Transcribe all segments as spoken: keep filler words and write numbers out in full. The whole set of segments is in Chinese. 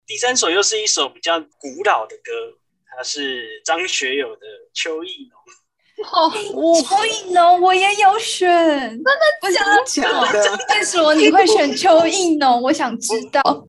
第三首又是一首比较古老的歌，它是张学友的《秋意浓》。 哦，秋意浓我也有选，真的假的？ 为什么你会选秋意浓？我想知道。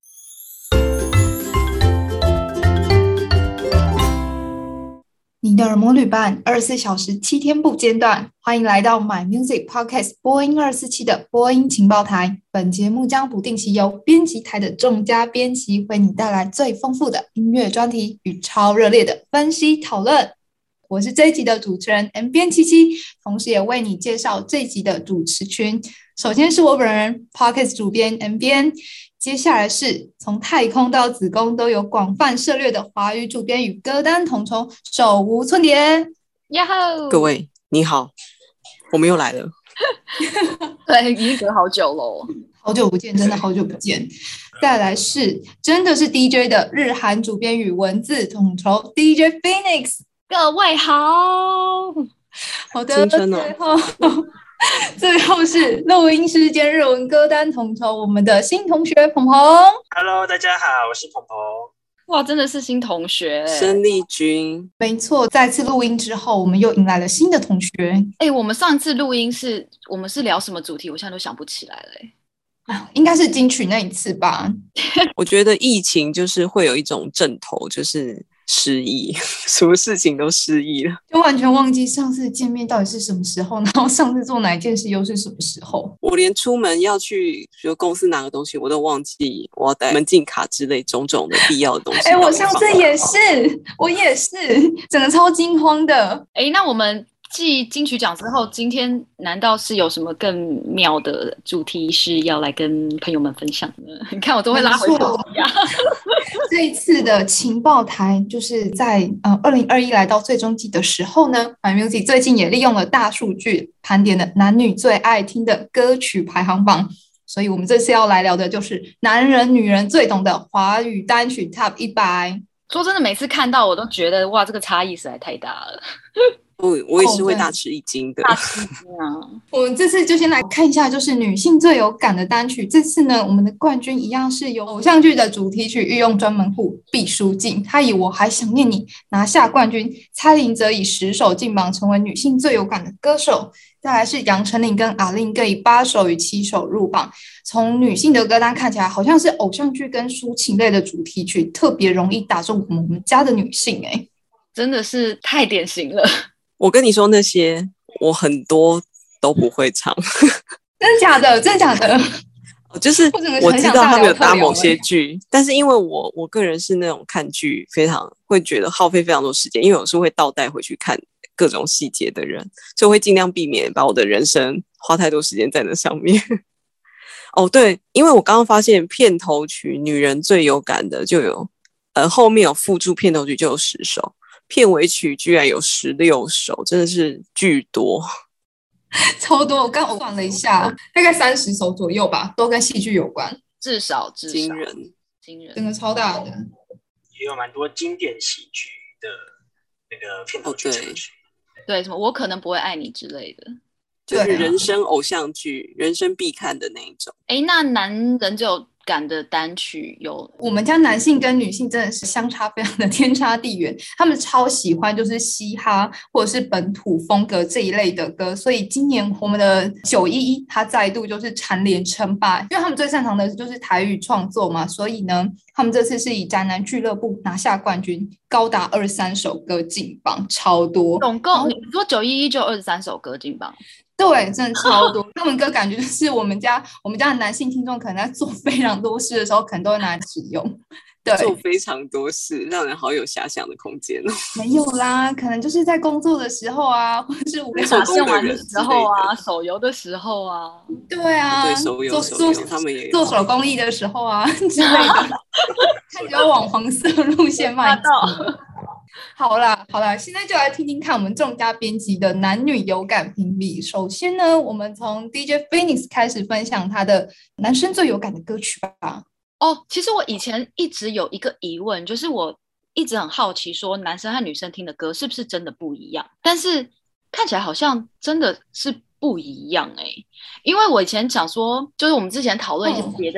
你的耳膜旅伴，二十四小时七天不间断。欢迎来到 My Music Podcast 播音二四七的播音情报台。本节目将不定期由编辑台的众家编辑为你带来最丰富的音乐专题与超热烈的分析讨论。我是这一集的主持人 M 编七七，同时也为你介绍这一集的主持群。首先是我本人 Podcast 主编 M 编。接下来是从太空到子宫都有广泛涉猎的华语主编与歌单统筹手无寸铁。 呀吼！各位你好，我们又来了。 对，已经隔好久了， 好久不见，真的好久不见。再来是真的是 D J 的日韩主编与文字统筹 D J Phoenix。 各位好。 好的，最后最后是录音师兼日文歌单统筹我们的新同学鹏鹏。 Hello， 大家好，我是鹏鹏。 哇，真的是新同学， 申丽君。 没错，再次录音之后，我们又迎来了新的同学。 哎、欸，我们上次录音是我们是聊什么主题？我现在都想不起来了、欸。 啊，应该是金曲那一次吧。 我觉得疫情就是会有一种阵头，就是失忆，什么事情都失忆了， 就完全忘记上次见面到底是什么时候，然后上次做哪一件事又是什么时候。 我连出门要去比如公司拿个东西我都忘记我要带门禁卡之类种种的必要的东西。 哎、欸，我上次也是，我也是，整个超惊慌的。 哎、欸，那我们继金曲奖之后，今天难道是有什么更妙的主题是要来跟朋友们分享呢？你看我都会拉回主题啊。 这一次的情报台就是在呃二零二一来到最终季的时候呢 ，My Music 最近也利用了大数据盘点了男女最爱听的歌曲排行榜，所以我们这次要来聊的就是男人女人最懂的华语单曲 Top 一百。 说真的，每次看到我都觉得哇，这个差异实在太大了。 我我也是会大吃一惊的。 大吃一惊啊！ 我们这次就先来看一下，就是女性最有感的单曲。这次呢，我们的冠军一样是由偶像剧的主题曲御用专门户毕书尽，他以《我还想念你》拿下冠军。蔡琳则以十首进榜，成为女性最有感的歌手。再来是杨丞琳跟阿令各以八首与七首入榜。从女性的歌单看起来，好像是偶像剧跟抒情类的主题曲特别容易打中我们家的女性、欸， 真的是太典型了。 我跟你说，那些我很多都不会唱。 真的假的？真的假的？ 就是我知道他们有搭某些剧，但是因为我我个人是那种看剧非常会觉得耗费非常多时间，因为我是会倒带回去看各种细节的人，所以我会尽量避免把我的人生花太多时间在那上面。哦，对，因为我刚刚发现片头曲女人最有感的就有，呃，后面有附注片头曲就有十首。片尾曲居然有十六首，真的是巨多， 超多！我刚我算了一下，大概三十首左右吧，都跟戏剧有关， 至少至少惊人， 惊人， 真的超大的。 也有蛮多经典喜剧的那个片头曲唱曲、 哦，对，对，什么我可能不会爱你之类的， 就是人生偶像剧，人生必看的那一种。 哎，那男人就有感的单曲有， 我们家男性跟女性真的是相差非常的天差地远，他们超喜欢就是嘻哈或者是本土风格这一类的歌，所以今年我们的九一一他再度就是蝉联称霸，因为他们最擅长的就是台语创作嘛，所以呢他们这次是以宅男俱乐部拿下冠军，高达二十三首歌进榜，超多， 总共你说九一一就二十三首歌进榜。 对，真的超多。他们歌感觉就是我们家我们家的男性听众可能在做非常多事的时候，可能都会拿来使用。对， 做非常多事，让人好有遐想的空间哦。 没有啦，可能就是在工作的时候啊，或者是无聊用完的时候啊，手游的时候啊， 对啊， 对手游手游他们也做手工艺的时候啊之类的，看起来往黄色路线迈进。好啦好啦，现在就来听听看我们众家编辑的男女有感评比。首先呢，我们从 D J Phoenix 开始分享他的男生最有感的歌曲吧。 哦，其实我以前一直有一个疑问，就是我一直很好奇说男生和女生听的歌是不是真的不一样，但是看起来好像真的是不一样欸。因为我以前想说，就是我们之前讨论一些别的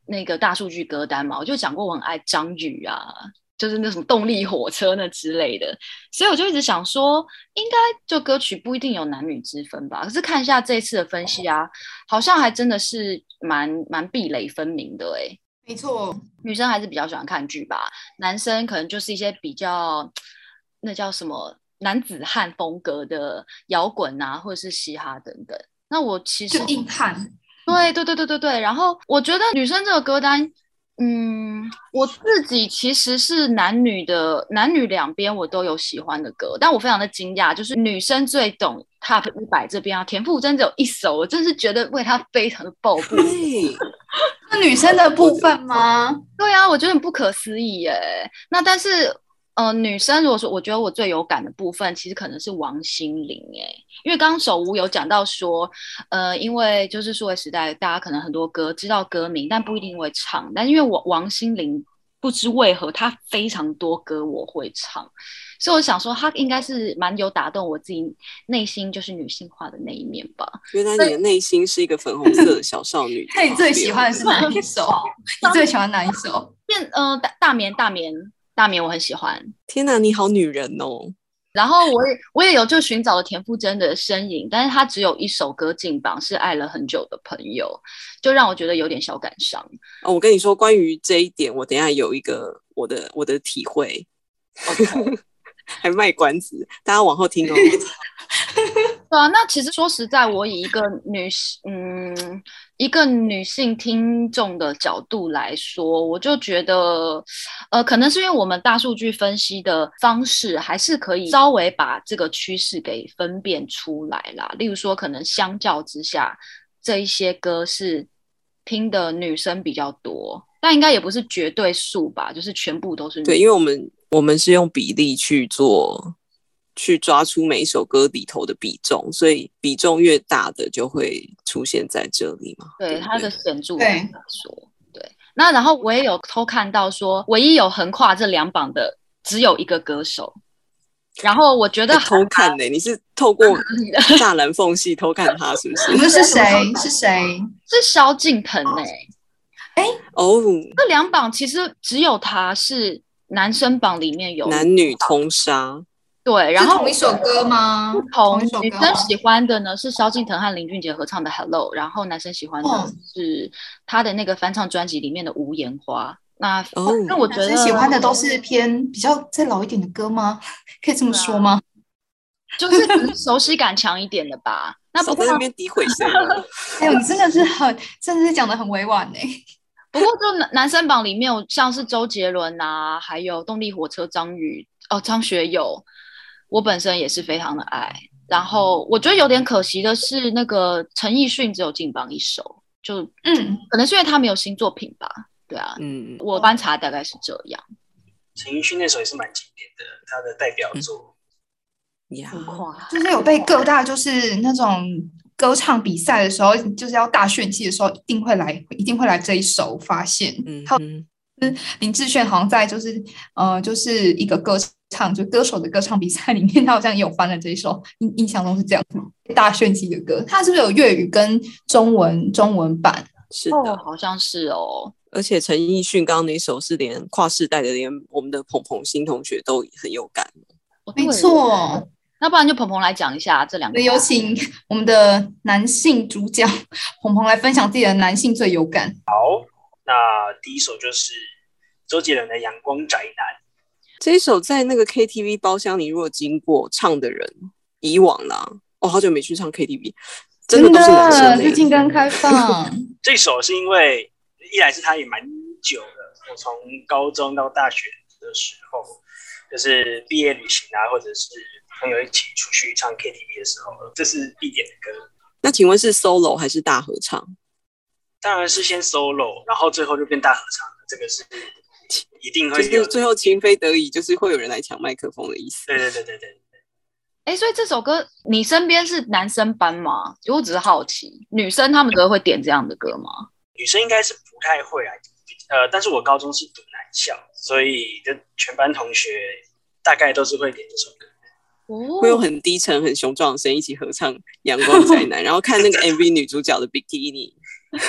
那个大数据歌单嘛，我就讲过我很爱张宇啊，就是那种动力火车那之类的，所以我就一直想说，应该就歌曲不一定有男女之分吧。可是看一下这一次的分析啊，好像还真的是蛮蛮壁垒分明的哎、欸。 没错， 女生还是比较喜欢看剧吧，男生可能就是一些比较那叫什么男子汉风格的摇滚啊，或者是嘻哈等等。那我其实就硬汉， 对对对对对对，然后我觉得女生这个歌单。嗯，我自己其实是男女的男女两边我都有喜欢的歌，但我非常的惊讶，就是女生最懂 Top 一百这边啊，田馥甄只有一首，我真是觉得为她非常的抱不平。 是女生的部分吗？ 对啊，我觉得很不可思议耶。那但是呃，女生如果说我觉得我最有感的部分，其实可能是王心凌哎，因为刚刚手无有讲到说，呃，因为就是数位时代，大家可能很多歌知道歌名，但不一定会唱。但因为我王心凌不知为何，她非常多歌我会唱，所以我想说，她应该是蛮有打动我自己内心就是女性化的那一面吧。 原来你的内心是一个粉红色的小少女。 那你最喜欢的是哪一首？你最喜欢哪一首？ 变呃大大眠大眠。大眠我很喜欢， 天哪，你好女人哦！ 然后我也我也有就寻找了田馥甄的身影，但是他只有一首歌进榜，是爱了很久的朋友，就让我觉得有点小感伤。 哦，我跟你说，关于这一点，我等一下有一个我的我的体会。 Okay. 还卖关子，大家往后听哦。 对啊，那其实说实在，我以一个女嗯一个女性听众的角度来说，我就觉得，呃，可能是因为我们大数据分析的方式，还是可以稍微把这个趋势给分辨出来啦。例如说，可能相较之下，这一些歌是听的女生比较多，但应该也不是绝对数吧，就是全部都是女生。 对，因为我们我们是用比例去做。去抓出每一首歌里头的比重，所以比重越大的就会出现在这里嘛。 对， 对对它的显著来说，对。那然后我也有偷看到说，唯一有横跨这两榜的只有一个歌手。然后我觉得偷看呢、欸，你是透过栅栏缝隙偷看他是不是？ 你们是谁？是谁？ 是萧敬腾哎、欸。 哎哦， 这两榜其实只有他是男生榜里面有男女通杀。 对，然后是同一首歌吗？ 同女生喜欢的呢是萧敬腾和林俊杰合唱的《Hello》，然后男生喜欢的是他的那个翻唱专辑里面的《无言花》。那哦， 那我觉得喜欢的都是偏比较再老一点的歌吗？可以这么说吗？ 就是可能熟悉感强一点的吧。那不过在那边诋毁谁了？ 哎呦，你真的是很，真的是讲得很委婉哎、欸。 不过就男男生榜里面有像是周杰伦啊，还有动力火车张宇哦张学友。我本身也是非常的爱，然后我觉得有点可惜的是，那个陈奕迅只有进榜一首，就嗯， 可能是因为他没有新作品吧，对啊， 嗯， 我观察大概是这样。 陈奕迅那首也是蛮经典的，他的代表作， 呀、 嗯， 就是有被各大就是那种歌唱比赛的时候，就是要大炫技的时候，一定会来，一定会来这一首发现。 嗯， 还有林志炫好像在就是呃就是一个歌唱就歌手的歌唱比赛里面，他好像也有翻了这一首，印印象中是这样大炫技的歌。他是不是有粤语跟中文中文版？ 是的、 哦，好像是哦。 而且陈奕迅刚刚那首是连跨世代的，连我们的鹏鹏新同学都很有感。 哦、 没错。 那不然就鹏鹏来讲一下这两个。 有请我们的男性主角鹏鹏来分享自己的男性最有感。 好，那第一首就是周杰伦的《阳光宅男》。 这一首在那个 K T V 包厢，你如果经过唱的人，以往啦，哦，好久没去唱 K T V， 真的都是男生、欸。 是竞争开放。 这首是因为一来是他也蛮久了，我从高中到大学的时候，就是毕业旅行啊，或者是朋友一起出去唱 K T V 的时候，这是必点的歌。 那请问是 solo 还是大合唱？ 当然是先 solo， 然后最后就变大合唱，这个是一定会有， 就是最后情非得已，就是会有人来抢麦克风的意思。 对对对对对。 哎，所以这首歌你身边是男生班吗？我只是好奇，女生他们都会点这样的歌吗？ 女生应该是不太会啊，呃，但是我高中是读男校，所以的全班同学大概都是会点这首歌。 哦， 会用很低沉、很雄壮的声音一起合唱《阳光宅男》，然后看那个 M V 女主角的比基尼。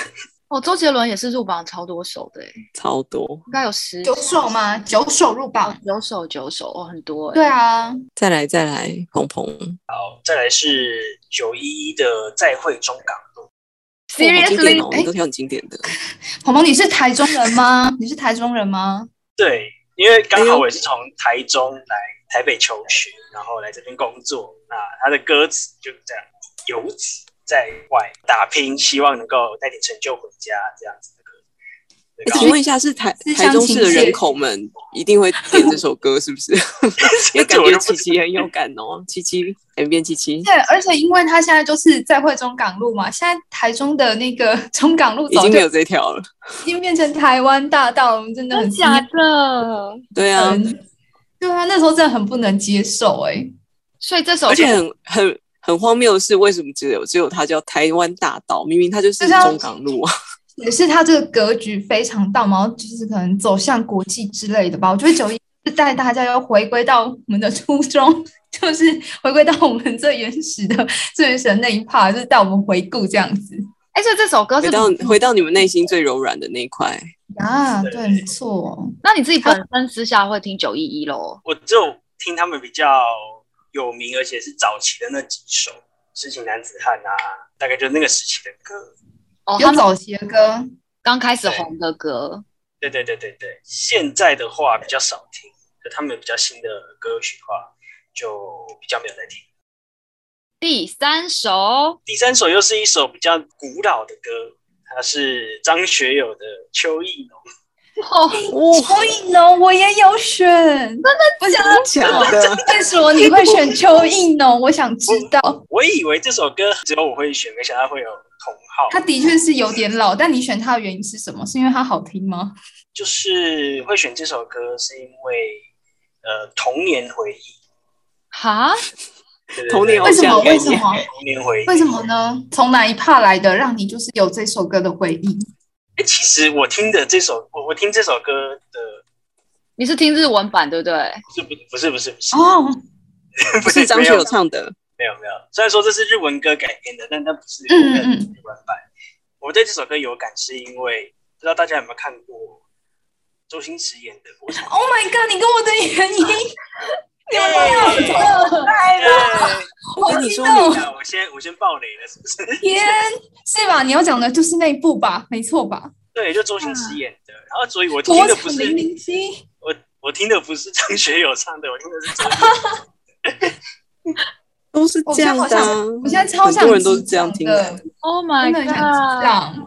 哦，周杰伦也是入榜超多首的， 超多， 应该有十九首吗？九首入榜， 九首九首哦，很多。 对啊， 再来再来，鹏鹏， 好，再来是九一一的《再会中港路》。 Seriously，哦，你都挑很经典的。 鹏鹏，你是台中人吗？你是台中人吗？ 对，因为刚好我也是从台中来台北求学，然后来这边工作。那他的歌词就这样，游子在外打拼，希望能够带点成就回家，这样子的歌。 请问一下，是台台中市的人口们一定会点这首歌，是不是？因为感觉琪琪很有感哦，琪琪 M 边琪琪。 对，而且因为他现在就是在会中港路嘛，现在台中的那个中港路已经没有这条了， 已经变成台湾大道，我们真的很假的。 对啊， 对啊，那时候真的很不能接受哎、欸。 所以这首， 而且很很很荒谬的是，为什么只有只有它叫台湾大道？明明它就是中港路啊。 也是他这个格局非常大嘛，然后就是可能走向国际之类的吧。我觉得九一是带大家要回归到我们的初衷，就是回归到我们最原始的、最原始的那一 part， 就是带我们回顾这样子。 哎，所以这首歌是回到回到你们内心最柔软的那一块啊，对，没错。 那你自己本身私下会听九一一咯？ 我只有听他们比较有名，而且是早期的那几首，《痴情男子汉》啊，大概就是那个时期的歌。 哦，有早期的歌， 刚开始红的歌。 对对对对对，现在的话比较少听，就他们比较新的歌曲的话，就比较没有在听。 第三首， 第三首又是一首比较古老的歌，它是张学友的《邱意浓》。 哦，邱意浓我也有选，真的假的？ 为什么你会选邱意浓？我想知道我。我以为这首歌只有我会选，没想到会有同号。 他的确是有点老，但你选他的原因是什么？是因为他好听吗？ 就是会选这首歌，是因为呃童年回忆。 哈？ 童年为什么？为什么？ 童年回忆？ 为什么呢？从哪一 part 来的，让你就是有这首歌的回忆？ 欸、其实我听的这首，我我听这首歌的， 你是听日文版对不对？ 不是不是不是不是哦， 不是张学友唱的， 没有没有。虽然说这是日文歌改编的，但它不是日文版。嗯嗯我对这首歌有感，是因为不知道大家有没有看过周星驰演的国产。 Oh my god！ 你跟我的原因，你们太可爱了！ 我跟你说， 我先我先爆雷了，是不是？ 天，是吧？你要讲的就是那一部吧？没错吧？ 对，就周星驰演的。然后，所以我听的不是我我听的不是张学友唱的，我听的是周星驰。 都是这样的、啊， 我现在超想， 很多人都是这样听的。 Oh my god！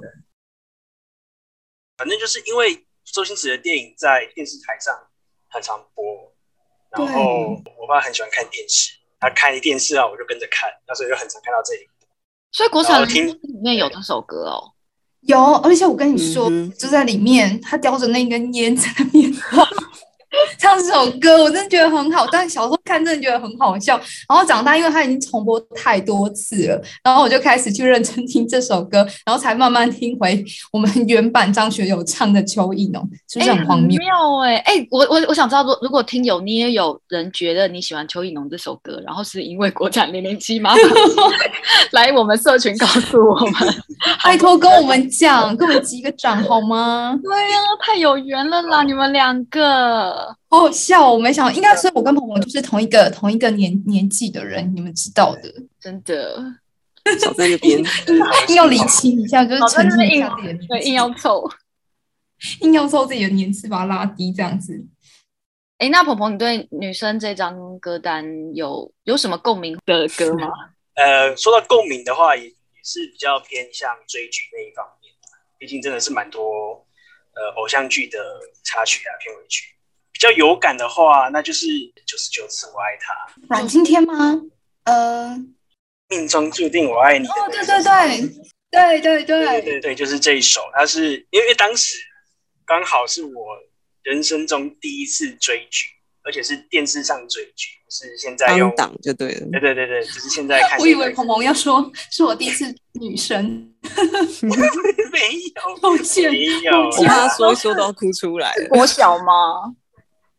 反正就是因为周星驰的电影在电视台上很常播，然后我爸很喜欢看电视，他开电视啊，我就跟着看，那所以就很常看到这一部。 所以国产里面有这首歌哦， 有，而且我跟你说，嗯、就在里面，他叼着那根烟在那边唱这首歌，我真的觉得很好，但小时候看真的觉得很好笑。然后长大，因为他已经重播太多次了，然后我就开始去认真听这首歌，然后才慢慢听回我们原版张学友唱的《邱意浓》，是不是很荒谬？ 欸、妙哎、欸！哎、欸，我我我想知道，如果听友你也有人觉得你喜欢邱意浓这首歌，然后是因为国产零零七吗？来我们社群告诉我们， 拜托跟我们讲，跟我们击个掌好吗？ 对呀、啊，太有缘了啦，你们两个。 好好笑，我没想到，应该是我跟鹏鹏就是同一个同一个年年纪的人，你们知道的， 真的。 少在那边硬要理清一下，就是澄清一下自己的年纪， 对，硬要凑， 硬要凑自己的年次，把它拉低这样子。 哎，那鹏鹏，你对女生这张歌单有有什么共鸣的歌吗？ 呃，说到共鸣的话，也也是比较偏向追剧那一方面，毕竟真的是蛮多呃偶像剧的插曲啊、片尾曲。比较有感的话，那就是九十九次我爱他。 阮经天吗？呃， 命中注定我爱你。 哦，对对对，对对对对对对，就是这一首。它是因为当时刚好是我人生中第一次追剧，而且是电视上追剧，不是现在用档就对了。 对对对对，只是现在看。 我以为鹏鹏要说是我第一次女生。 没有， 抱歉， 没有。 我怕他说一说都要哭出来了。 国小吗？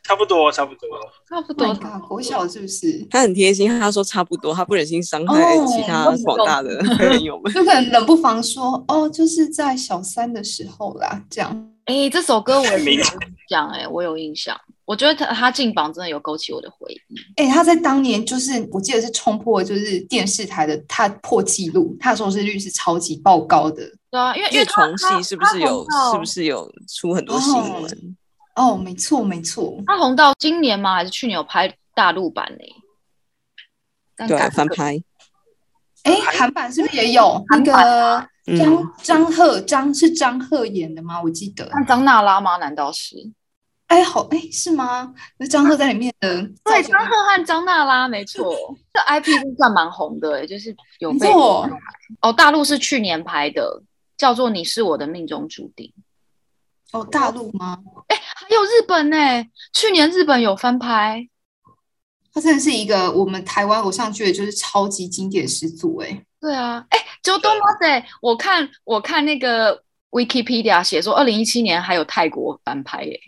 差不多，差不多， 差不多。 Oh、国小是不是？ 他很贴心，他说差不多，他不忍心伤害其他广大的朋友们， 就可能冷不防说哦，就是在小三的时候啦，这样。 哎、欸，这首歌我有印象，哎，我有印象。我觉得他他进榜真的有勾起我的回忆。 哎、欸，他在当年就是我记得是冲破就是电视台的他破纪录，他的收视率是超级爆高的。 对啊，因为因为床戏是不是有是不是有出很多新闻？ 哦，没错没错， 他红到今年吗？还是去年有拍大陆版呢、 欸？对，翻拍。 哎、欸，韩版是不是也有那个张张赫张是张赫演的吗？我记得。 那张娜拉吗？难道是？ 哎、欸，好哎、欸，是吗？那张赫在里面的， 对，张赫和张娜拉，没错，这 I P 是算蛮红的、欸，就是有被哦， 大陆是去年拍的，叫做《你是我的命中注定》。 哦，大陆吗？ 哎、欸，还有日本呢、欸，去年日本有翻拍。 它真的是一个我们台湾偶像剧的就是超级经典始祖哎、欸。 对啊，哎，就多么的，我看我看那个 Wikipedia 写说，二零一七年还有泰国翻拍耶，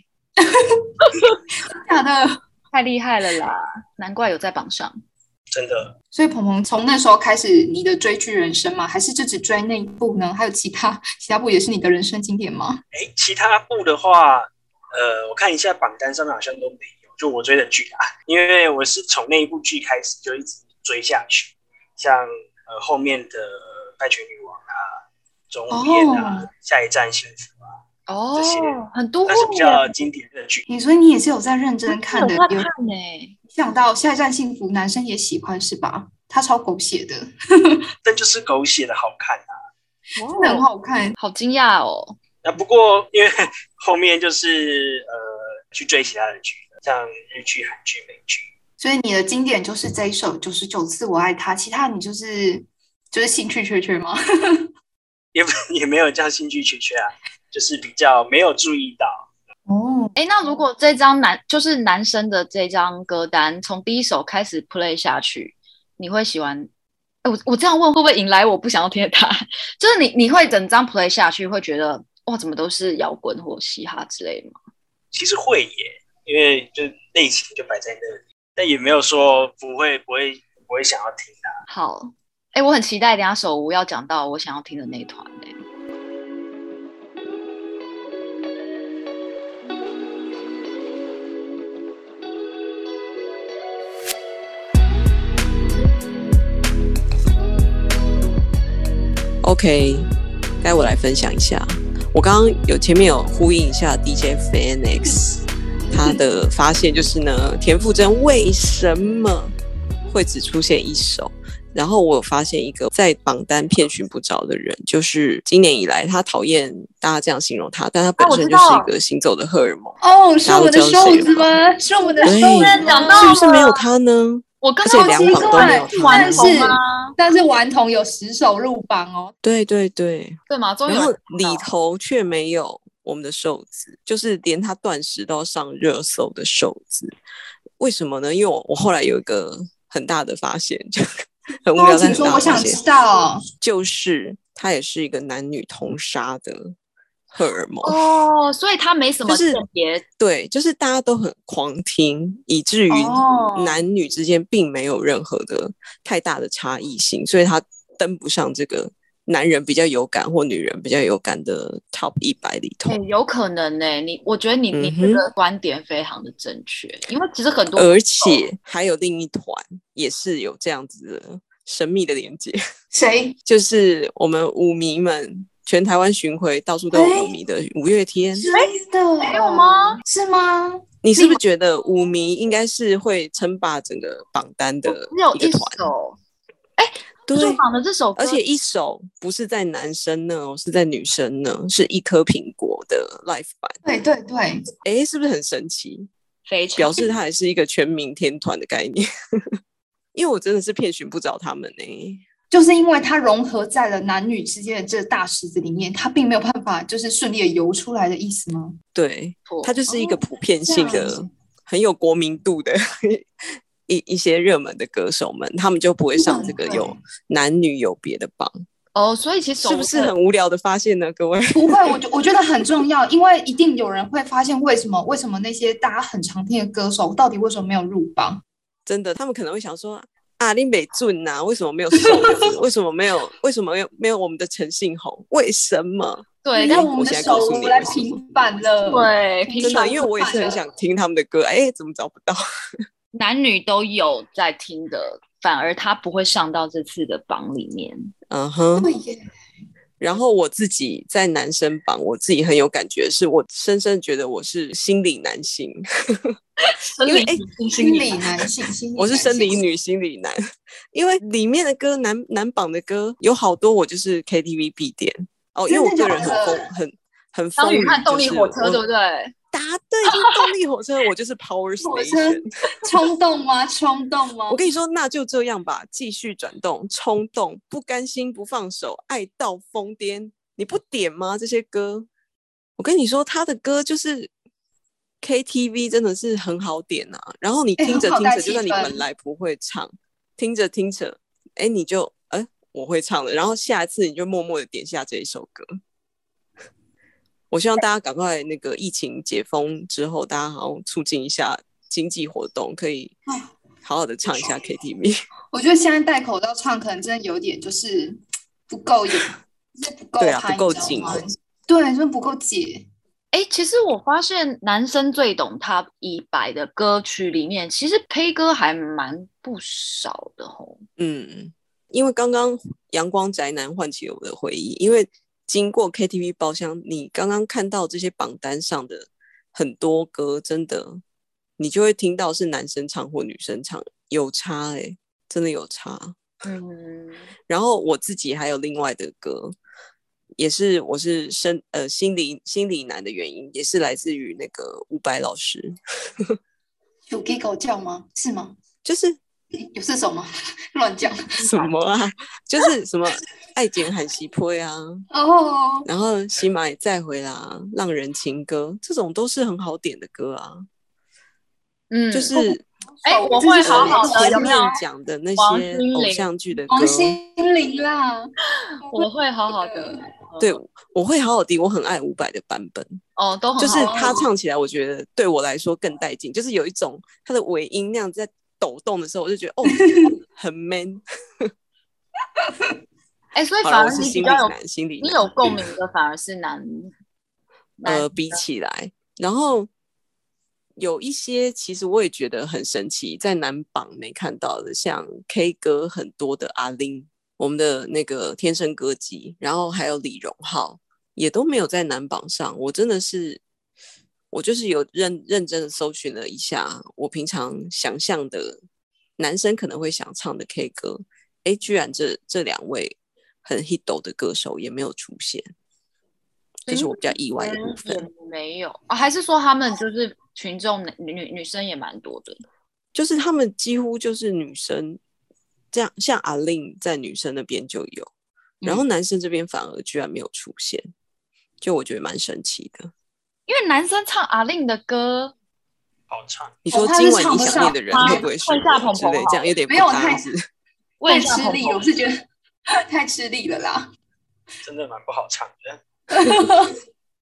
假的， 太厉害了啦，难怪有在榜上， 真的。 所以鹏鹏从那时候开始你的追剧人生吗？还是就只追那一部呢？还有其他其他部也是你的人生经典吗？ 哎，其他部的话，呃，我看一下榜单上面好像都没有。就我追的剧啊，因为我是从那一部剧开始就一直追下去，像呃后面的《拜权女王》啊、中篇啊、oh. 下一站幸福啊， 哦、oh, 这些很多， 那是比较经典的剧。 你说你也是有在认真看的， 有在看呢、欸。 想到下一站幸福，男生也喜欢是吧？他超狗血的， 但就是狗血的好看啊， wow, 真的很好看， 好惊讶哦。 那不过因为后面就是呃去追其他的剧。像日剧、韩剧、美剧， 所以你的经典就是这一首《九十九次我爱他》，其他你就是就是兴趣缺缺吗？ 也也没有叫兴趣缺缺啊，就是比较没有注意到。 哦， 哎，那如果这张男就是男生的这张歌单，从第一首开始 play 下去，你会喜欢？我我这样问会不会引来我不想要听的答案？就是你你会整张 play 下去，会觉得哇，怎么都是摇滚或嘻哈之类的吗？ 其实会耶。因为就类型就摆在那里，但也没有说不会不会不会想要听的、啊。 好，哎，我很期待等一下首舞要讲到我想要听的那团嘞。 OK， 该我来分享一下。我刚刚有前面有呼应一下 D J Phoenix。他的发现就是呢，田馥甄为什么会只出现一首？然后我有发现一个在榜单遍寻不着的人，就是今年以来他讨厌大家这样形容他，但他本身就是一个行走的荷尔蒙。 哦，是我们的瘦子吗？是我们的瘦子， 讲到是不是没有他呢？ 我刚刚两榜都没有他， 但是但是顽童有十首入榜哦。 对对对， 对嘛？ 然后里头却没有我们的瘦子，就是连他断食都要上热搜的瘦子，为什么呢？因为我我后来有一个很大的发现，就很无聊但很大的发现， 我想知道， 就是他也是一个男女通杀的荷尔蒙哦，所以他没什么特别、 就是，对，就是大家都很狂听，以至于男女之间并没有任何的太大的差异性，所以他登不上这个男人比较有感或女人比较有感的 top 一百里头、 欸、有可能呢、欸。你我觉得你、嗯、你这个观点非常的正确，因为其实很多， 而且还有另一团也是有这样子的神秘的连接。 谁？ 就是我们舞迷们全台湾巡回到处都有舞迷的五月天。 真的没有吗？ 是吗？ 你是不是觉得舞迷应该是会称霸整个榜单的一个团？ 哎， 对， 榜的这首歌， 而且一首不是在男生呢，是在女生呢，是一颗苹果的 live 版。 对对对， 哎，是不是很神奇？ 非常表示它也是一个全民天团的概念。因为我真的是遍寻不着他们呢、欸， 就是因为它融合在了男女之间的这个大池子里面，它并没有办法就是顺利的游出来的意思吗？ 对，它就是一个普遍性的、哦、很有国民度的一一些热门的歌手们，他们就不会上这个有男女有别的榜。 哦，所以其实是不是很无聊的发现呢？各位不会，我觉我觉得很重要，因为一定有人会发现为什么为什么那些大家很常听的歌手，到底为什么没有入榜？ 真的，他们可能会想说啊，你没准呐，为什么没有瘦子？为什么没有？为什么没有没有我们的陈信宏？为什么？ 对， 让我们的手来平反了。 对， 真的，因为我也是很想听他们的歌，哎，怎么找不到？ 男女都有在听的，反而他不会上到这次的榜里面。 嗯哼， 对耶。 然后我自己在男生榜，我自己很有感觉，是我深深觉得我是心理男性，因为哎， 心理男性，心理我是生理女，心理男，因为里面的歌男男榜的歌有好多，我就是 K T V 必点哦，因为我个人很疯，很很疯。 张宇和动力火车，对不对？ 答对，就是动力火车，我就是 Power Station。 冲动吗？冲动吗？ 我跟你说，那就这样吧，继续转动，冲动，不甘心不放手，爱到疯癫。你不点吗？这些歌，我跟你说，他的歌就是 K T V 真的是很好点啊。然后你听着听着，就算你本来不会唱，听着听着，哎，你就哎我会唱了，然后下一次你就默默的点下这一首歌。我希望大家赶快那个疫情解封之后，大家好好促进一下经济活动，可以好好的唱一下 K T V。 我觉得现在戴口罩唱，可能真的有点就是不够有，不够对啊，不够紧， 对，真的不够解。 哎，其实我发现男生最懂Top 一百的歌曲里面，其实 K 歌还蛮不少的吼。 嗯，因为刚刚阳光宅男唤起了我的回忆，因为经过 K T V 包厢，你刚刚看到这些榜单上的很多歌，真的你就会听到是男生唱或女生唱，有差哎、欸，真的有差。 嗯， 然后我自己还有另外的歌，也是我是生呃心理心理男的原因，也是来自于那个伍佰老师。 有给狗叫吗？是吗？ 就是有这首吗？乱讲什么啊？就是什么爱剪喊西坡啊， 哦， 然后西马也再回啦，浪人情歌这种都是很好点的歌啊。嗯，就是哎、欸，我会好好的前面讲的那些偶像剧的歌， 王心凌啦， 我会好好的。 对，我会好好的，我很爱伍佰的版本哦，都很好， 就是他唱起来，我觉得对我来说更带劲，就是有一种他的尾音那样子在抖动的时候，我就觉得哦，很 man。 哎、欸，所以反而你比较有男心理男， 你有共鸣的反而是男， 呃，比起来，然后有一些其实我也觉得很神奇，在男榜没看到的，像 K 歌很多的阿玲，我们的那个天生歌姬，然后还有李荣浩，也都没有在男榜上。我真的是，我就是有认认真的搜寻了一下，我平常想象的男生可能会想唱的 K 歌，哎，居然这这两位很 hit 的歌手也没有出现，这是我比较意外的部分。 也没有啊，还是说他们就是群众女女生也蛮多的， 就是他们几乎就是女生，这样像阿令在女生那边就有，然后男生这边反而居然没有出现，就我觉得蛮神奇的。 因为男生唱阿令的歌好唱， 你说今晚你想念的人会不会是我之类，这样有点不搭子， 太吃力，我是觉得太吃力了啦， 真的蛮不好唱的。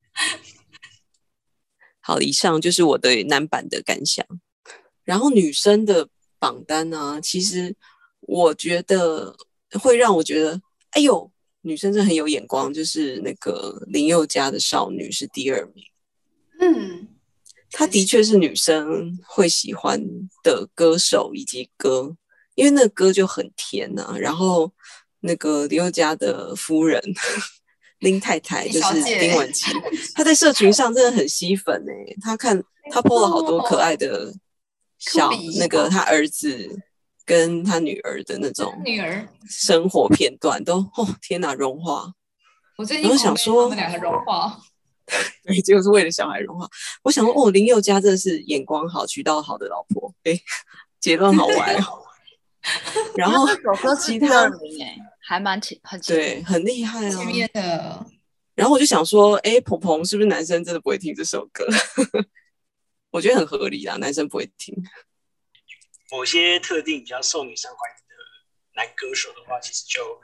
好，以上就是我对男版的感想。然后女生的榜单啊，其实我觉得会让我觉得，哎呦，女生真的很有眼光，就是那个林宥嘉的《少女》是第二名。 嗯， 她的确是女生会喜欢的歌手以及歌，因为那个歌就很甜啊。然后那个林宥嘉的夫人林太太就是丁文琪，她在社群上真的很吸粉欸，她看她 po 了好多可爱的小那个他儿子跟他女儿的那种女儿生活片段都哦天哪融化， 我最近想说他们两个融化， 对，就是为了小孩融化。我想说哦，林宥嘉真的是眼光好，娶到好的老婆，哎，结论好歪哦。然后这首歌是第二名哎，还蛮很对，很厉害啊。 前面的， 然后我就想说，哎，鹏鹏是不是男生真的不会听这首歌？我觉得很合理啦，男生不会听。 某些特定比较受女生欢迎的男歌手的话，其实就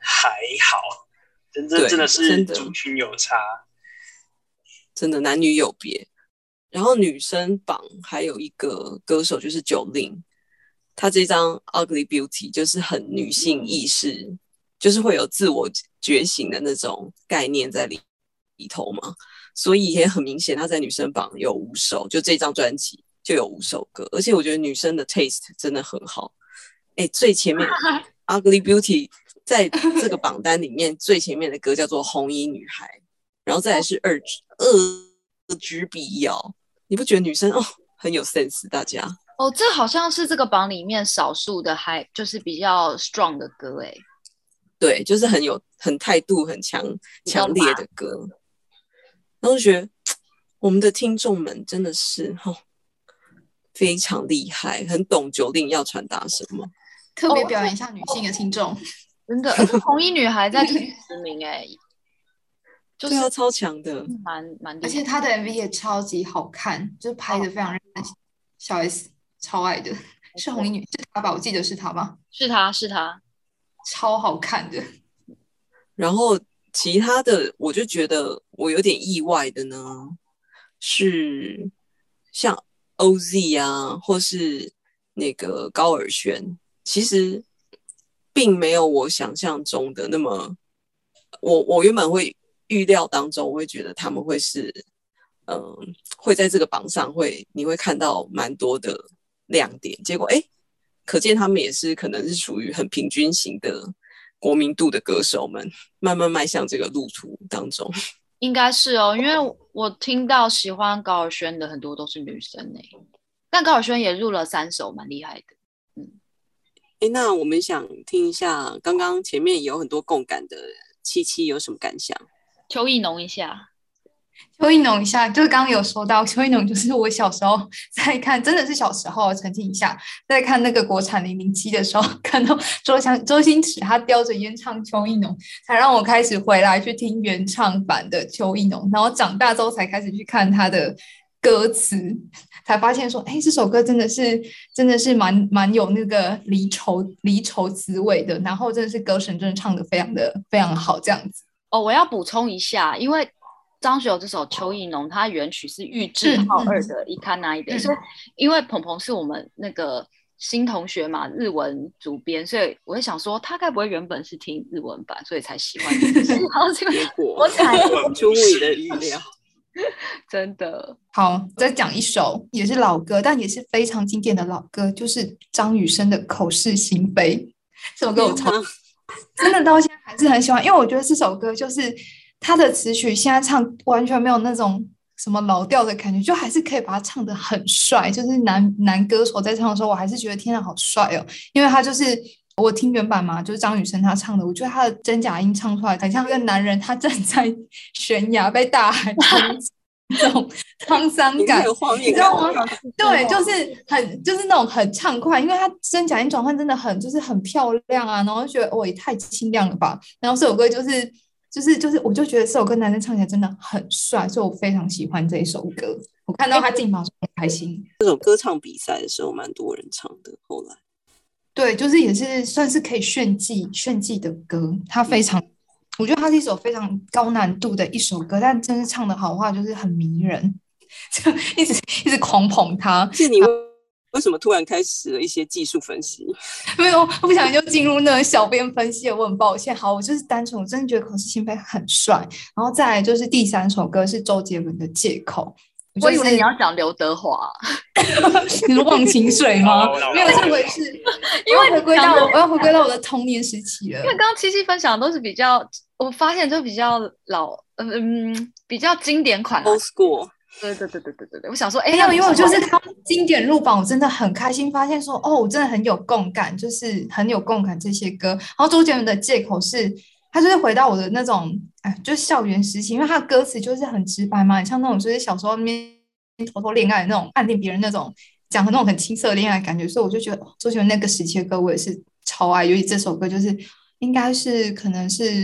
还好，真的真的是族群有差， 真的男女有别。然后女生榜还有一个歌手就是九令，她这张 Ugly Beauty 就是很女性意识，就是会有自我觉醒的那种概念在里里头嘛，所以也很明显她在女生榜有五首，就这张专辑就有五首歌，而且我觉得女生的 taste 真的很好。哎，最前面Ugly Beauty 在这个榜单里面最前面的歌叫做红衣女孩，然后再来是二二之必要，你不觉得女生哦很有 sense？ 大家哦，这好像是这个榜里面少数的还就是比较 strong 的歌哎， 对，就是很有很态度很强强烈的歌，然后就觉得我们的听众们真的是哦非常厉害，很懂九令要传达什么， 特别表扬一下女性的听众， 真的，而且红衣女孩在前十名哎。 就是对啊，超强的， 蛮蛮， 而且他的 M V 也超级好看，就是拍的非常认真。小 S 超爱的，是红衣女，是他吧？我记得是他吧？ 是他是他， 超好看的。 然后其他的，我就觉得我有点意外的呢，是像 O Z 啊，或是那个高尔宣，其实并没有我想象中的那么，我我原本会。预料当中我会觉得他们会是嗯、呃，会在这个榜上会你会看到蛮多的亮点，结果哎，可见他们也是可能是属于很平均型的国民度的歌手们，慢慢迈向这个路途当中。 应该是哦，因为我听到喜欢高尔宣的很多都是女生欸，但高尔宣也入了三首，蛮厉害的。嗯， 哎，那我们想听一下刚刚前面有很多共感的七七有什么感想？ 邱意浓一下， 邱意浓一下，就是刚刚有说到邱意浓，就是我小时候在看，真的是小时候澄清一下，在看那个国产零零七的时候，看到周湘周星驰他叼着烟唱邱意浓，才让我开始回来去听原唱版的邱意浓，然后长大之后才开始去看他的歌词，才发现说，哎，这首歌真的是真的是蛮蛮有那个离愁离愁滋味的，然后真的是歌神真的唱的非常的非常好，这样子。 哦，我要补充一下，因为张学友这首《邱意浓》，它原曲是《玉置浩二的一看那一点》，所以因为鹏鹏是我们那个新同学嘛，日文主编，所以我会想说，他该不会原本是听日文版，所以才喜欢？然后结果我才出乎你的预料， 真的。 好，再讲一首也是老歌，但也是非常经典的老歌，就是张雨生的《口是心非》。这首歌我超真的到现在还是很喜欢，因为我觉得这首歌就是他的词曲现在唱完全没有那种什么老调的感觉，就还是可以把它唱得很帅，就是男男歌手在唱的时候我还是觉得天啊好帅哦，因为他就是我听原版嘛，就是张雨生他唱的，我觉得他的真假音唱出来很像一个男人他站在悬崖被大海冲击这种沧桑感，你知道吗？对，就是很就是那种很畅快，因为他真假音转换真的很就是很漂亮啊，然后就觉得哦也太清亮了吧。然后这首歌就是就是就是，我就觉得这首歌男生唱起来真的很帅，所以我非常喜欢这一首歌。我看到他进榜很开心。 这种歌唱比赛的时候，蛮多人唱的。后来， 对，就是也是算是可以炫技炫技的歌，他非常。我觉得它是一首非常高难度的一首歌，但真是唱的好话就是很迷人，就一直一直狂捧他。 是你为什么突然开始了一些技术分析？ 没有，我不想就进入那个小编分析了，我很抱歉。好，我就是单纯，我真的觉得口是心非很帅。然后再来就是第三首歌是周杰伦的《借口》。 我以为你要讲刘德华， 你是忘情水吗？没有这回事，因为回归到我要回归到我的童年时期了。 因为刚刚七七分享的都是比较，我发现就比较老，嗯，比较经典款 ，old school。 对对对对对对对，我想说，哎， 没有，因为我就是他经典入榜，我真的很开心，发现说，哦，我真的很有共感，就是很有共感这些歌。然后周杰伦的《借口》是。他就是回到我的那种，哎，就是校园时期，因为他的歌词就是很直白嘛，像那种就是小时候那边偷偷恋爱的那种暗恋别人那种，讲的那种很青涩的恋爱感觉，所以我就觉得、哦、周杰伦那个时期的歌我也是超爱，尤其这首歌就是应该是可能是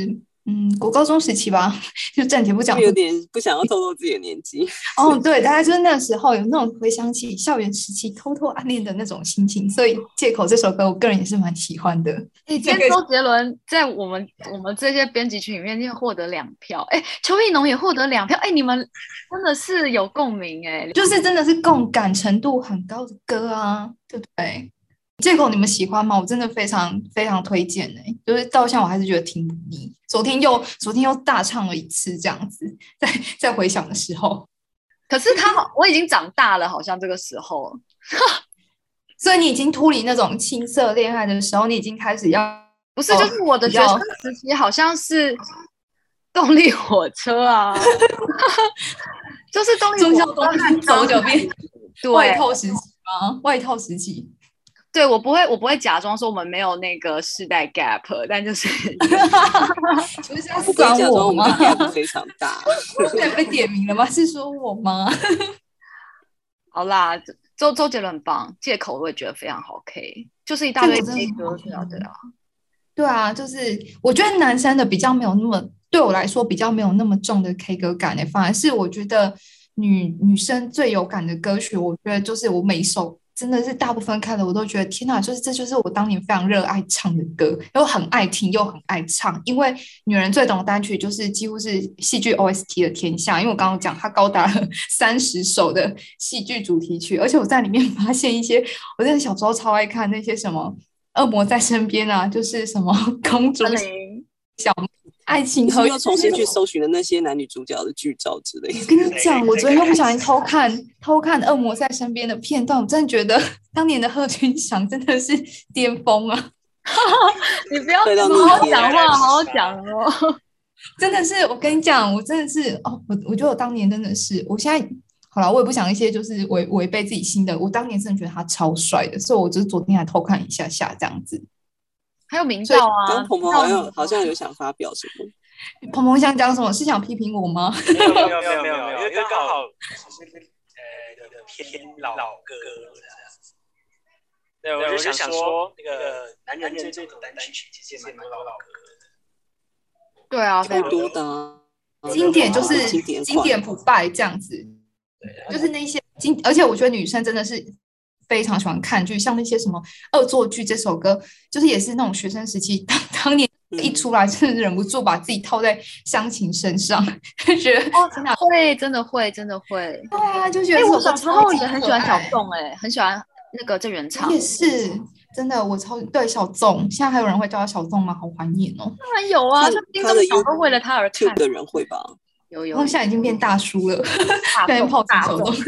嗯，国高中时期吧，就暂且不讲， 有点不想要透露自己的年纪。 哦，对，大概就是那个时候有那种回想起校园时期偷偷暗恋的那种心情，所以《借口》这首歌，我个人也是蛮喜欢的。 哎、欸，今天周杰伦在我们我们这些编辑群里面就获得两票，哎、欸，邱意浓也获得两票，哎、欸，你们真的是有共鸣哎、欸， 就是真的是共感程度很高的歌啊，对不对？借口你们喜欢吗？我真的非常非常推荐哎、欸，就是到现在我还是觉得听不腻。昨天又昨天又大唱了一次，这样子，在在回想的时候。 可是他我已经长大了，好像这个时候， 所以你已经脱离那种青涩恋爱的时候，你已经开始要不是，就是我的学生时期好像是动力火车啊，就是动力火车和走九遍外套时期吗？外套时期。 对，我不会，我不会假装说我们没有那个世代 gap， 但就是不是要酸我吗？ gap 非常大， 对，被点名了吗？是说我吗？ 好啦，周周杰伦很棒，借口我也觉得非常好 K， 就是一大堆 K 歌，对啊，对啊， 对啊，就是我觉得男生的比较没有那么，对我来说比较没有那么重的 K 歌感诶，反而是我觉得女女生最有感的歌曲，我觉得就是我每一首。真的是大部分看了我都觉得天哪，就是这就是我当年非常热爱唱的歌，又很爱听又很爱唱。因为女人最懂的单曲就是几乎是戏剧 O S T 的天下，因为我刚刚讲它高达了三十首的戏剧主题曲，而且我在里面发现一些我真的小时候超爱看那些什么恶魔在身边啊，就是什么公主小爱情和又重新去搜寻了那些男女主角的剧照之类的。 我跟你讲，我昨天又不小心偷看偷看《恶魔在身边》的片段，我真的觉得当年的贺军翔真的是巅峰啊！ 你不要好好讲话，好好讲哦。 真的是，我跟你讲，我真的是哦，我我觉得我当年真的是，我现在好了，我也不想一些就是违违背自己心的，我当年真的觉得他超帅的，所以我就是昨天还偷看一下下这样子。 还有明道啊， 刚鹏鹏好像好像有想发表什么。 鹏鹏想讲什么？是想批评我吗？ 没有没有没有没有没有，因为刚好是呃有点偏老歌这样子。对，我就想说那个男人最最懂单曲其实也蛮多老歌的。 对啊， 太多的经典就是经典不败这样子。对，就是那些经，而且我觉得女生真的是。非常喜欢看剧，像那些什么《恶作剧》这首歌，就是也是那种学生时期，当当年一出来，真的忍不住把自己套在湘琴身上，就觉得哦，真的会，真的会，真的会。 对啊，就觉得、 欸、我小时候也很喜欢小众、欸，哎，很喜欢那个郑元畅。 也是真的，我超对小众，现在还有人会叫他小众吗？好怀念哦。 当然有啊，像金钟奖都为了他而看的人会吧？ 有有， 我现在已经变大叔了，变成泡茶小众。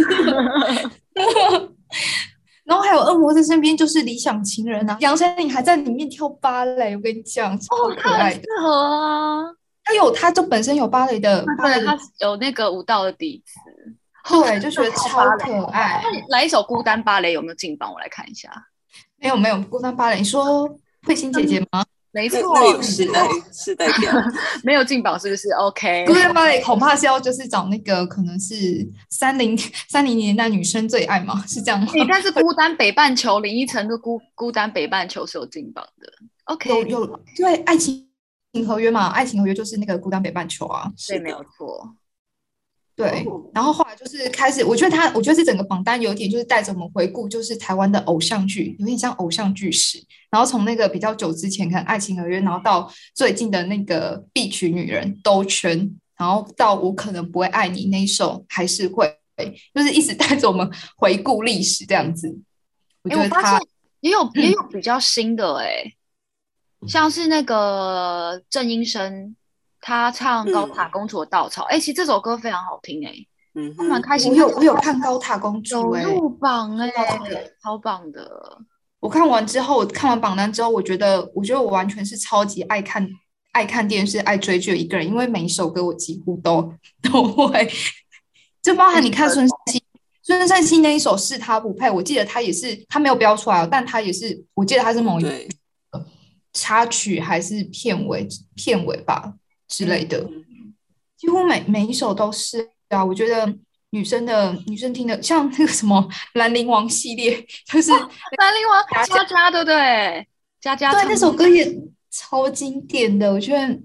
然后还有恶魔在身边，就是理想情人啊，杨丞琳还在里面跳芭蕾，我跟你讲，超可爱的。 适合啊， 他有，他就本身有芭蕾的， 对，他有那个舞蹈的底子， 对，就觉得超可爱。 来一首孤单芭蕾有没有进榜？我来看一下。 没有没有，孤单芭蕾，你说慧心姐姐吗？ 没错， 那有世代世代表， 没有进榜是不是 ？OK， 孤单芭蕾恐怕是要就是找那个可能是三零三零年代女生最爱嘛，是这样吗？ 欸、但是孤单北半球林依晨的孤孤单北半球是有进榜的 ，OK， 有有对爱情合约嘛，爱情合约就是那个孤单北半球啊， 对，没有错。 对，然后后来就是开始，我觉得他，我觉得这整个榜单有一点就是带着我们回顾，就是台湾的偶像剧，有点像偶像剧史。然后从那个比较久之前看《爱情合约》，然后到最近的那个《必娶女人》兜圈，然后到我可能不会爱你那一首还是会，就是一直带着我们回顾历史这样子。我觉得他、 欸、也有也有比较新的哎、欸嗯，像是那个郑英生。他唱《高塔公主的稻草》，哎、嗯欸，其实这首歌非常好听哎、欸，嗯，我蛮开心。 我有我有看《高塔公主》 哎，入榜哎、欸，超棒的。 我看完之后，我看完榜单之后，我觉得，我觉得我完全是超级爱看爱看电视、爱追剧的一个人，因为每一首歌我几乎都都会，就包含你看孙盛希，孙盛希那一首《是他不配》，我记得他也是他没有标出来，但他也是，我记得他是某一个插曲还是片尾片尾吧。之类的，几乎每每一首都是啊。我觉得女生的女生听的，像那个什么兰陵王系列，就是兰陵王佳佳，对不对？佳佳对那首歌也超经典的。我觉得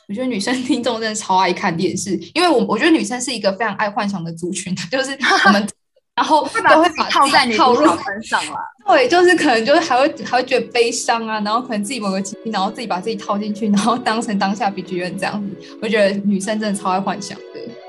我觉得女生听众真的超爱看电视，因为我我觉得女生是一个非常爱幻想的族群，就是我们然后都会把套在女主角身上啦。 对，就是可能就是还会还会觉得悲伤啊，然后可能自己某个情绪，然后自己把自己套进去，然后当成当下 B G M 这样子。我觉得女生真的超爱幻想的。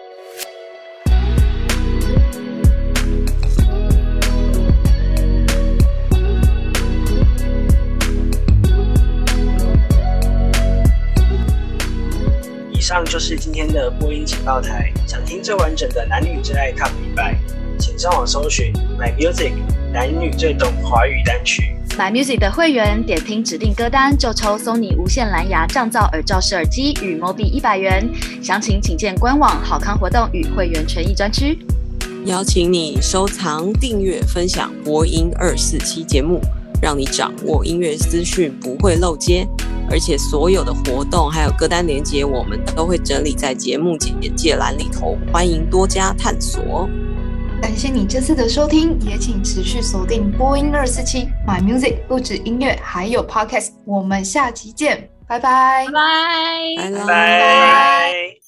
以上就是今天的播音情报台。想听最完整的男女最爱 Top 一百，请上网搜寻 My Music 男女最懂华语单曲。 My Music 的会员点听指定歌单就抽 Sony 无线蓝牙降噪耳罩式耳机与 Mobi 一百元，详情请见官网好康活动与会员权益专区。 邀请你收藏、订阅、分享播音二四七节目，让你掌握音乐资讯不会漏接。而且所有的活动还有歌单连结，我们都会整理在节目简介栏里头，欢迎多加探索。 感谢你这次的收听，也请持续锁定播音二四七 My Music， 不止音乐还有 Podcast， 我们下期见，拜拜， 拜拜， 拜拜。 拜拜。